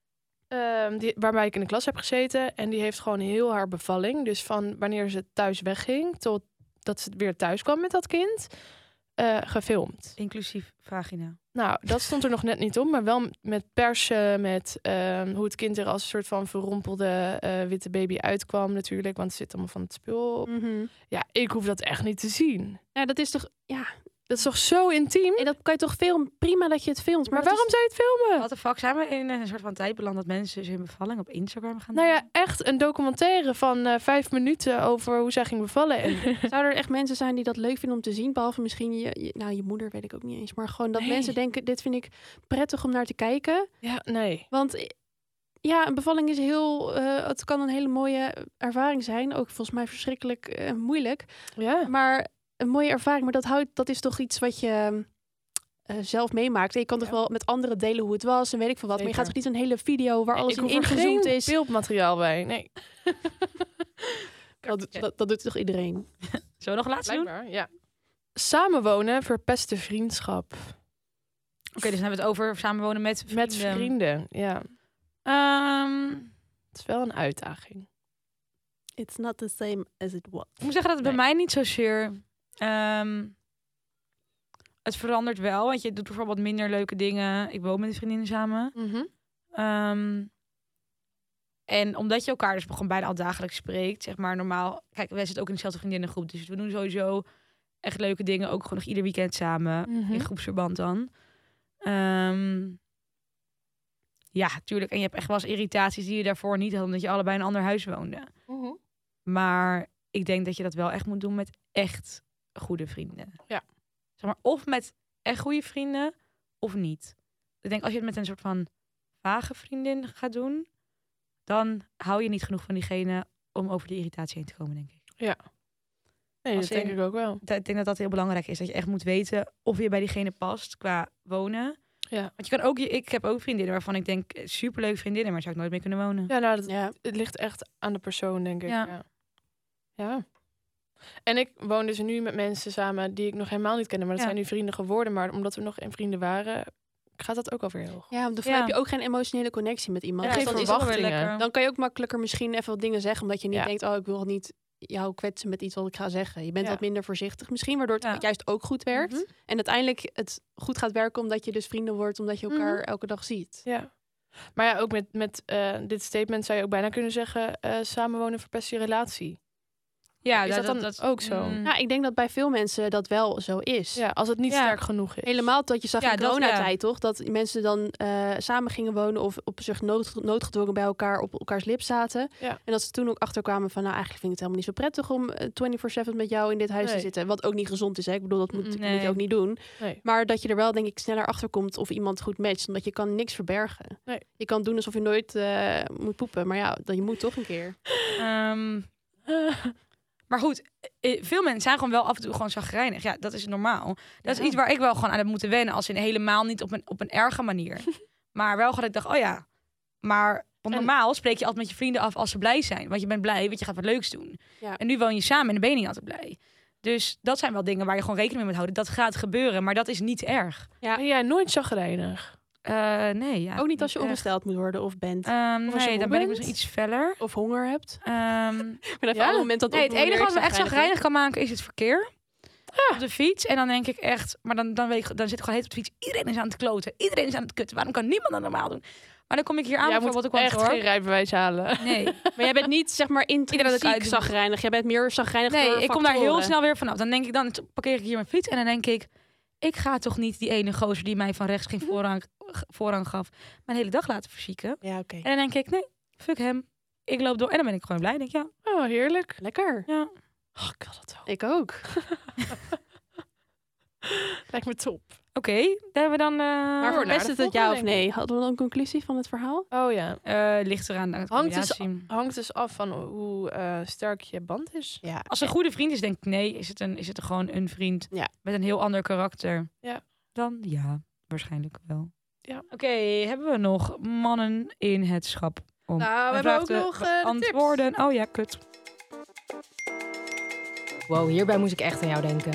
ehm, die, waarbij ik in de klas heb gezeten. En die heeft gewoon heel haar bevalling. Dus van wanneer ze thuis wegging tot dat ze weer thuis kwam met dat kind, eh, gefilmd. Inclusief vagina. Nou, dat stond er nog net niet op, maar wel met persen, met ehm, hoe het kind er als een soort van verrompelde eh, witte baby uitkwam natuurlijk, want het zit allemaal van het spul op. Mhm. Ja, ik hoef dat echt niet te zien. Ja, dat is toch, ja, Dat is toch zo intiem? en dat kan je toch filmen. Prima dat je het filmt, maar, Maar dat waarom is- zou je het filmen? Wat de fuck, zijn we in een soort van tijd beland dat mensen dus hun bevalling op Instagram gaan Nou doen? ja, echt een documentaire van eh, vijf minuten over hoe zij ging bevallen. En Zou er echt mensen zijn die dat leuk vinden om te zien? Behalve misschien je, je- nou, je moeder, weet ik ook niet eens. Maar gewoon dat Nee. mensen denken, dit vind ik prettig om naar te kijken. ja, nee. Want eh, ja, een bevalling is heel, eh, het kan een hele mooie ervaring zijn. Ook volgens mij verschrikkelijk eh, moeilijk. Ja. Maar een mooie ervaring, maar dat, houdt, dat is toch iets wat je eh, zelf meemaakt. En je kan toch Ja. wel met anderen delen hoe het was en weet ik veel wat. Maar je Zeker. gaat toch niet een hele video waar alles ik in hoef er ingezoomd geen is. beeldmateriaal bij. Nee. Dat, dat, dat doet toch iedereen? Zullen we nog laatst doen? Oké, Blijkbaar, ja. Samenwonen verpest de vriendschap. dus dan hebben we het over samenwonen met vrienden. Met vrienden, ja. Ehm, Het is wel een uitdaging. It's not the same as it was. ik moet zeggen dat het bij Nee. mij niet zozeer... ehm het verandert wel, want je doet bijvoorbeeld minder leuke dingen. Ik woon met een vriendin samen. Ehm, en omdat je elkaar dus gewoon bijna al dagelijks spreekt, zeg maar normaal. Kijk, wij zitten ook in dezelfde vriendinnengroep, dus we doen sowieso echt leuke dingen, ook gewoon nog ieder weekend samen Mhm. in groepsverband dan. Ehm, ja, tuurlijk. En je hebt echt wel eens irritaties die je daarvoor niet had, omdat je allebei in een ander huis woonde. Mhm. Maar ik denk dat je dat wel echt moet doen met echt goede vrienden. Ja. Zeg maar, of met echt goede vrienden, of niet. Ik denk, als je het met een soort van vage vriendin gaat doen, dan hou je niet genoeg van diegene om over die irritatie heen te komen, denk ik. Nee, Als dat denk in- ik ook wel. Dat- Ik denk dat dat heel belangrijk is, dat je echt moet weten of je bij diegene past qua wonen. Ja. Want je kan ook, ik heb ook vriendinnen waarvan ik denk, eh, superleuke vriendinnen, maar zou ik nooit mee kunnen wonen. Ja, nou, dat, Ja. het ligt echt aan de persoon, denk ik. Ja. Ja. ja. En ik woon dus nu met mensen samen die ik nog helemaal niet kende. Maar dat Ja. zijn nu vrienden geworden. Maar omdat we nog geen vrienden waren, gaat dat ook alweer heel goed. Ja, dan Ja. heb je ook geen emotionele connectie met iemand. Ja, Dus geen dan, is het, verwachtingen. lekker. dan kan je ook makkelijker misschien even wat dingen zeggen, omdat je niet Ja. denkt, oh, ik wil niet jou kwetsen met iets wat ik ga zeggen. Je bent Ja. wat minder voorzichtig misschien, waardoor het Ja. juist ook goed werkt. Mhm. En uiteindelijk het goed gaat werken omdat je dus vrienden wordt, omdat je elkaar Mhm. elke dag ziet. Ja. Maar ja, ook met, met eh, dit statement zou je ook bijna kunnen zeggen, eh, samenwonen verpest je relatie. Ja, Is dat dan ook zo? Mm. Ja, ik denk dat bij veel mensen dat wel zo is. Ja, als het niet Ja. sterk genoeg is. Helemaal dat je zag Ja, in dat- coronatijd, toch? Dat mensen dan uh, samen gingen wonen of op zich nood, noodgedwongen bij elkaar op elkaars lip zaten. Ja. En dat ze toen ook achterkwamen van, nou eigenlijk vind ik het helemaal niet zo prettig om uh, vierentwintig zeven met jou in dit huis Nee. te zitten. Wat ook niet gezond is, hè? Ik bedoel, dat moet, Nee. moet je ook niet doen. Nee. Maar dat je er wel, denk ik, sneller achter komt of iemand goed matcht. Omdat je kan niks verbergen. Nee. Je kan doen alsof je nooit uh, moet poepen. Maar ja, dat je moet toch een keer. Um, maar goed, veel mensen zijn gewoon wel af en toe gewoon chagrijnig. Ja, dat is normaal. Dat Ja. is iets waar ik wel gewoon aan heb moeten wennen. Als in helemaal niet op een, op een erge manier. Maar wel gewoon dat ik dacht, oh ja. Maar want En- normaal spreek je altijd met je vrienden af als ze blij zijn. Want je bent blij, want je gaat wat leuks doen. Ja. En nu woon je samen en dan ben je niet altijd blij. Dus dat zijn wel dingen waar je gewoon rekening mee moet houden. Dat gaat gebeuren, maar dat is niet erg. Ben jij nooit chagrijnig? Uh, nee, ja. Ook niet als je echt. ongesteld moet worden of bent. Um, Of als je nee, dan moe ben ik bent? misschien iets feller. Of honger hebt. Um, Ik ben even Ja? alle moment dat nee, het opnoemen enige wat me wanneer ik echt chagrijnig chagrijnig kan maken is het verkeer. Op de fiets. En dan denk ik echt... Maar dan, dan, weet ik, dan zit ik gewoon heet op de fiets. Iedereen is aan het kloten. Iedereen is aan het kutten. Waarom kan niemand dat normaal doen? Maar dan kom ik hier aan Jij bijvoorbeeld moet ook echt wel geen rijbewijs halen. Nee. Maar jij bent niet, zeg maar, Iedereen dat ik intrinsiek uitdoe. zagrijnig. Jij bent meer zagrijnig Nee, door ik kom daar heel factoren. snel weer vanaf. Dan denk ik, dan parkeer ik hier mijn fiets. En dan denk ik... Ik ga toch niet die ene gozer die mij van rechts geen voorrang, voorrang gaf... mijn hele dag laten verzieken. Ja, oké. En dan denk ik, nee, fuck hem. Ik loop door. En dan ben ik gewoon blij. Denk ik, ja, Oh, heerlijk. Lekker. ja. Oh, ik wil dat ook. Ik ook. Lijkt me top. Oké, daar hebben we dan... Uh, Maar voor voor naar best de het het ja of volgende, nee? Hadden we dan een conclusie van het verhaal? Oh ja. uh, ligt eraan. aan het Hangt dus, combinatie. hangt dus af van hoe uh, sterk je band is. Ja. Als het een goede vriend is, denk ik nee. Is het, een, is het gewoon een vriend Ja. met een heel ander karakter? Ja. Dan ja, waarschijnlijk wel. Ja. Oké, hebben we nog mannen in het schap? Om Nou, we een hebben vraag ook te nog uh, de antwoorden. Oh ja, kut. Wow, hierbij moest ik echt aan jou denken.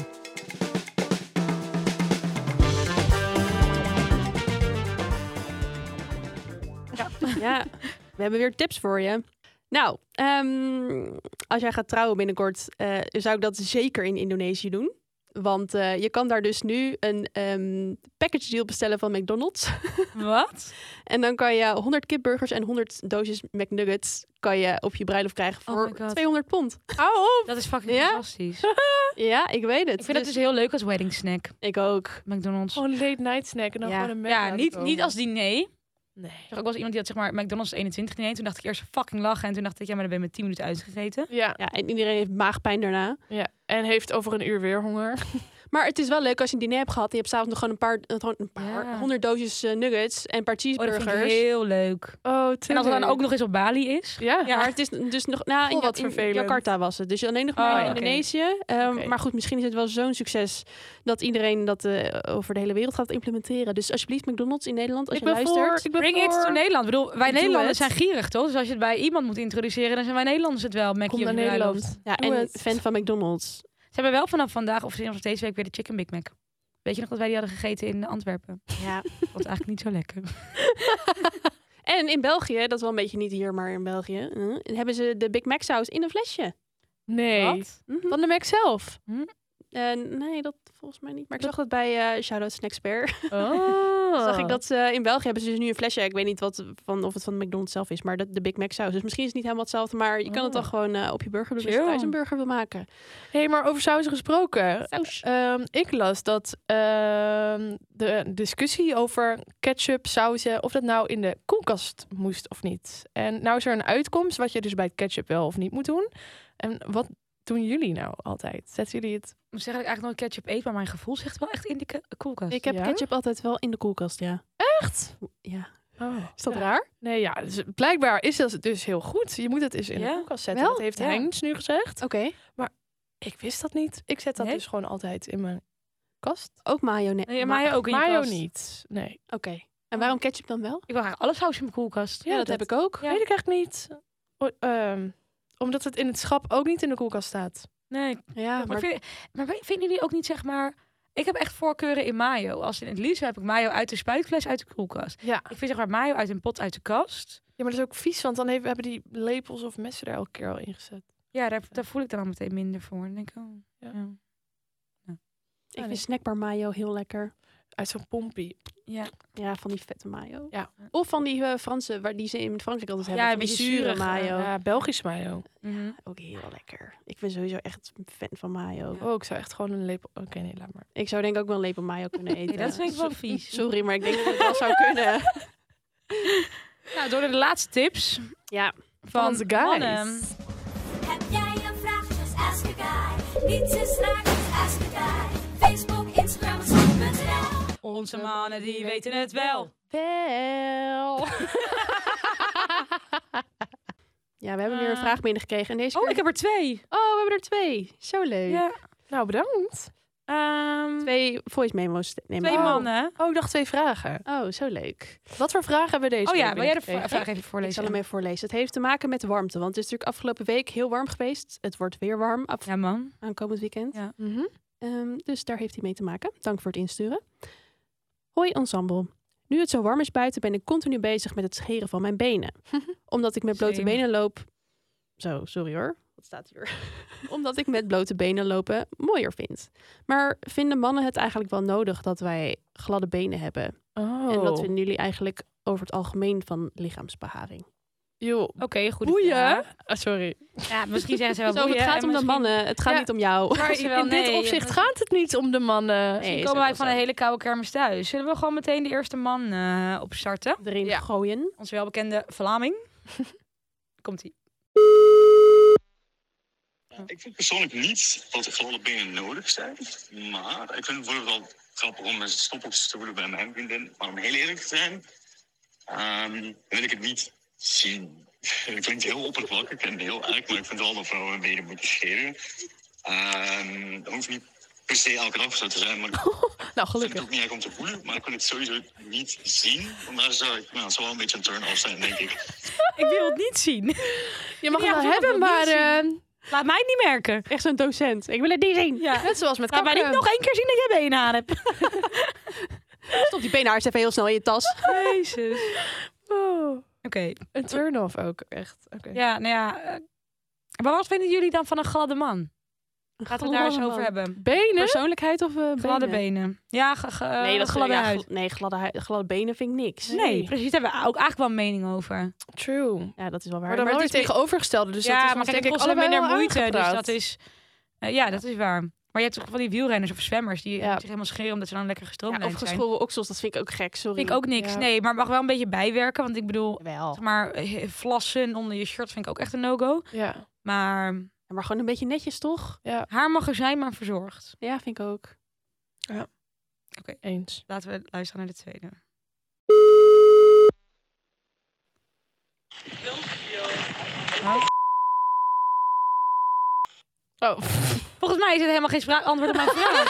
Ja, we hebben weer tips voor je. Nou, um, als jij gaat trouwen binnenkort, uh, zou ik dat zeker in Indonesië doen. Want uh, je kan daar dus nu een um, package deal bestellen van McDonald's. Wat? En dan kan je honderd kipburgers en honderd doosjes McNuggets kan je op je bruiloft krijgen Oh voor my God. tweehonderd pond. Hou op! Dat is fucking Ja? fantastisch. Ja, ik weet het. Ik vind het dus heel leuk als wedding snack. Ik ook. McDonald's. Gewoon late night snack en dan Ja. gewoon een Mac ja, laten niet, komen. niet als diner. Nee. Ik zag ook wel eens iemand die had zeg maar McDonald's eenentwintig diner. Toen dacht ik eerst fucking lachen. En toen dacht ik, ja, maar dan ben je met tien minuten uitgegeten. Ja. Ja, en iedereen heeft maagpijn daarna. ja. En heeft over een uur weer honger. Maar het is wel leuk als je een diner hebt gehad en je hebt s'avonds nog gewoon een paar, gewoon een paar Ja. honderd doosjes uh, nuggets en een paar Oh, dat cheeseburgers. vind ik heel leuk. Oh, En als het dan ook nog eens op Bali is. Ja. Ja, maar het is dus nog... Nou, in, Goh, wat in vervelend. Jakarta was het. Dus alleen nog maar Oh, in oké. Indonesië. Um, Oké. Maar goed, misschien is het wel zo'n succes dat iedereen dat uh, over de hele wereld gaat implementeren. Dus alsjeblieft McDonald's in Nederland, als Ik je ben luistert. voor. Ik ben Bring it voor. to Nederland. Ik bedoel, wij Doe Nederlanders het. zijn gierig, toch? Dus als je het bij iemand moet introduceren, dan zijn wij Nederlanders het wel. Mackie Kom op naar je bruiloft. Nederland. Ja, Doe en het. fan van McDonald's. Ze hebben wel vanaf vandaag, of vanaf deze week, weer de Chicken Big Mac. Weet je nog dat wij die hadden gegeten in Antwerpen? Ja. Dat was eigenlijk niet zo lekker. En in België, dat is wel een beetje niet hier, maar in België, uh, hebben ze de Big Mac saus in een flesje. Nee. Wat? Mhm. Van de Mac zelf. Uh, nee, dat volgens mij niet. Maar ik zag dat bij uh, Shoutout Snackspare. Oh. Zag ik dat uh, in België hebben ze dus nu een flesje. Ik weet niet wat van, of het van McDonald's zelf is, maar de, de Big Mac saus. Dus misschien is het niet helemaal hetzelfde, maar je kan het Oh. dan gewoon uh, op je burger doen als Chill. je thuis een burger wil maken. Hé, hey, maar over sauzen gesproken. Saus. Ehm, ik las dat ehm, de discussie over ketchup, sauzen, of dat nou in de koelkast moest of niet. En nou is er een uitkomst wat je dus bij ketchup wel of niet moet doen. En wat doen jullie nou altijd? Zetten jullie het? Ik moet zeggen dat ik eigenlijk nooit ketchup eet, maar mijn gevoel zegt wel echt in de ke- koelkast. Ik heb Ja? ketchup altijd wel in de koelkast, ja. Echt? Ja. Oh. Is dat Ja. raar? Nee, ja, dus blijkbaar is dat dus heel goed. Je moet het eens in Ja? de koelkast zetten. Wel? Dat heeft Ja. Heinz nu gezegd. Oké. Ik wist dat niet. Ik zet dat Nee? dus gewoon altijd in mijn kast. Ook mayonaise. Nee, mayo ook in je Mayo kast. niet. Nee. Oké. En waarom ketchup dan wel? Ik wil eigenlijk alle saus in mijn koelkast. Ja, dat, heb ik ook. Ja. Weet ik echt niet. O, ehm, omdat het in het schap ook niet in de koelkast staat. Nee, Ja, maar, maar vind, maar we- vinden jullie ook niet, zeg maar... Ik heb echt voorkeuren in mayo. Als in het liefst heb ik mayo uit de spuitfles uit de koelkast. Ja. Ik vind zeg maar mayo uit een pot uit de kast. Ja, maar dat is ook vies, want dan heeft, hebben die lepels of messen er elke keer al in gezet. Ja, daar, daar voel ik dan al meteen minder voor. Dan denk ik, oh, Ja. ja. ik vind snackbar mayo heel lekker. Uit zo'n pompie. Ja. Ja, van die vette mayo. Ja. Of van die uh, Franse, waar die ze in Frankrijk altijd hebben. Ja, van een die beetje zure zurige. mayo. Ja, Belgisch mayo. Mhm. Ook heel lekker. Ik ben sowieso echt een fan van mayo. Oh, ik zou echt gewoon een lepel... Oké, nee, laat maar. Ik zou denk ik ook wel een lepel mayo kunnen eten. Nee, dat vind ik wel So- vies. Sorry, maar ik denk dat het wel zou kunnen. Nou, door de laatste tips Ja. van onze guys. mannen. Heb jij een vraag? Just ask a guy. Niets is raar, just ask a guy. Facebook, Instagram, zon punt n l. Onze mannen, die weten het wel. Wel. Ja, we hebben weer een Ah. vraag binnengekregen. En deze Oh, keer- ik heb er twee. Oh, we hebben er twee. Zo leuk. Ja. Nou, bedankt. Ehm, Twee voice memo's nemen. twee Oh. mannen. Oh, ik dacht twee vragen. Oh, zo leuk. Wat voor vragen hebben we deze Oh ja, week wil jij de binnengekregen? vra- vraag even Ik voorlezen? zal hem even voorlezen. Het heeft te maken met de warmte. Want het is natuurlijk afgelopen week heel warm geweest. Het wordt weer warm af Ja, man. aankomend weekend. Ja. Mhm. Ehm, dus daar heeft hij mee te maken. Dank voor het insturen. Hoi ensemble. Nu het zo warm is buiten ben ik continu bezig met het scheren van mijn benen. Omdat ik met blote Same. benen loop... Zo, sorry hoor. Wat staat hier? Omdat ik met blote benen lopen mooier vind. Maar vinden mannen het eigenlijk wel nodig dat wij gladde benen hebben? Oh. En wat vinden jullie eigenlijk over het algemeen van lichaamsbeharing? Joh. Oké, goed. Boeien. Oh, sorry. Ja, misschien zeggen ze wel Zo, boeien. het gaat en om de misschien- mannen. Het gaat Ja. niet om jou. Maar In wel, dit nee, opzicht het- gaat het niet om de mannen. Nee, Misschien is komen ook wij wel van een zo. hele koude kermis thuis. Zullen we gewoon meteen de eerste man eh, opstarten? Erin Ja. gooien. Onze welbekende Vlaming. Komt-ie. Ik vind persoonlijk niet dat gladde benen nodig zijn. Maar ik vind het bijvoorbeeld wel grappig om mensen stoppeltjes te voelen bij mijn vriendin. Maar om heel eerlijk te zijn, ehm, wil ik het niet zien. Ik vind het heel oppervlakkig en heel erg, maar ik vind wel dat vrouwen hun benen moeten scheren. Ehm dat hoeft niet per se elke dag zo te zijn, maar ik Nou, vind het gelukkig. ook niet echt om te voelen. Maar ik wil het sowieso niet zien. Want daar zou ik, nou, het zou wel een beetje een turn-off zijn, denk ik. Ik wil het niet zien. Je mag Ja, het wel ik wil hebben, het maar... niet eh, Laat mij het niet merken. Echt zo'n docent. Ik wil het niet zien. Ja. net zoals met Laat mij kakken. niet nog één keer zien dat jij benen aan hebt. Stop die beenhaars even heel snel in je tas. Jezus. Oh, Oké. een turn-off ook, echt. Oké. Ja, nou ja. eh, maar wat vinden jullie dan van een gladde man? Laten we het daar eens over hebben. Benen? Persoonlijkheid of uh, Gladde benen. Ja, ge, ge- Nee, dat gladde ja, huid. gl- Nee, gladde, hui- gladde benen vind ik niks. Nee, precies. Daar hebben we ook eigenlijk wel een mening over. True. Ja, dat is wel waar. Maar dan wel het weer is tegenovergestelde. Dus dat is ja, ons maar kijk, denk het ik kost wel allebei minder wel moeite. Dus aangepraat. dat is... eh, ja, dat is waar. Maar je hebt toch van die wielrenners of zwemmers die Ja. zich helemaal scheren omdat ze dan lekker ja, gestroomlijnd of zijn. geschoren oksels, dat vind ik ook gek. Sorry. Vind ik ook niks. Ja. Nee, maar het mag wel een beetje bijwerken. Want ik bedoel, Wel. zeg maar, eh, vlassen onder je shirt vind ik ook echt een no-go. Ja. Maar Maar gewoon een beetje netjes, toch? haar mag er zijn, maar verzorgd. Ja, vind ik ook. Eens. Laten we luisteren naar de tweede. Oh. Volgens mij is het helemaal geen spra- antwoord op mijn vraag.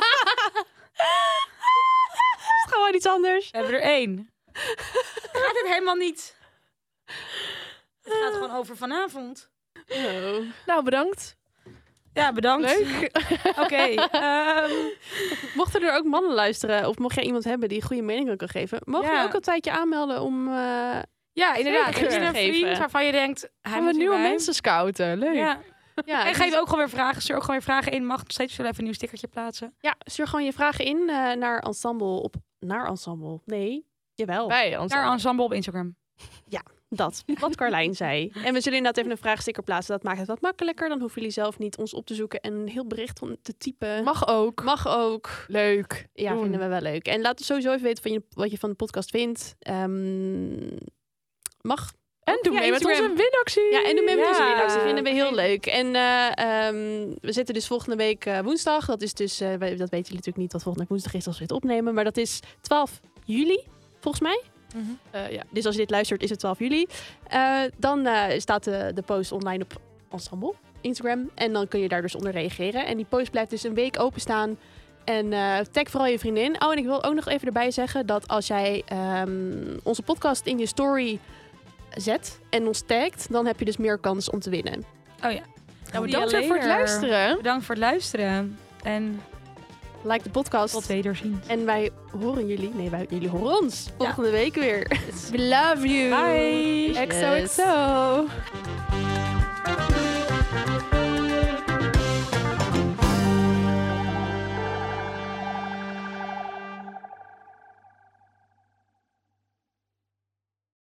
Het is gewoon iets anders. We hebben er één. Gaat het helemaal niet? Het gaat gewoon over vanavond. Oh. Nou, bedankt. Ja, bedankt. Leuk. Oké. ehm, Mochten er ook mannen luisteren, of mocht jij iemand hebben die goede meningen kan geven, mogen Ja. je ook een tijdje aanmelden om... eh, ja, inderdaad. Zeker. Heb je een Geven. vriend waarvan je denkt... Hij Gaan we moet nieuwe hierbij? mensen scouten. Leuk. Ja. ja, En dus- geef ook gewoon weer vragen. Stuur ook gewoon weer vragen in. Mag nog steeds wel even een nieuw stickertje plaatsen. ja, stuur gewoon je vragen in eh, naar Ensemble op... Naar Ensemble? Nee, jawel. Bij ons. Naar Ensemble op Instagram. Dat, wat Carlijn zei. En we zullen inderdaad even een vraagsticker plaatsen. Dat maakt het wat makkelijker. Dan hoeven jullie zelf niet ons op te zoeken en een heel bericht om te typen. Mag ook. Mag ook. Leuk. Ja, Doen. vinden we wel leuk. En laat sowieso even weten van je, wat je van de podcast vindt. Ehm, mag. En doe Ja, mee met Instagram. onze winactie. Ja, en doe mee met onze Ja. winactie. Dat vinden we heel leuk. En eh, ehm, we zitten dus volgende week eh, woensdag. Dat is dus, eh, wij- dat weten jullie natuurlijk niet wat volgende week woensdag is als we het opnemen. Maar dat is twaalf juli, volgens mij. Mhm. Eh, ja. Dus als je dit luistert, is het twaalf juli. Eh, dan eh, staat de, de post online op Ensemble, Instagram. En dan kun je daar dus onder reageren. En die post blijft dus een week openstaan. En eh, tag vooral je vriendin. Oh, en ik wil ook nog even erbij zeggen dat als jij ehm, onze podcast in je story zet en ons tagt, dan heb je dus meer kans om te winnen. Oh ja. Nou, bedankt weer voor het luisteren. Bedankt voor het luisteren. En Like de podcast. tot wederziens. En wij horen jullie, nee, wij, jullie horen ons volgende week weer. We love you. Bye. X O X O.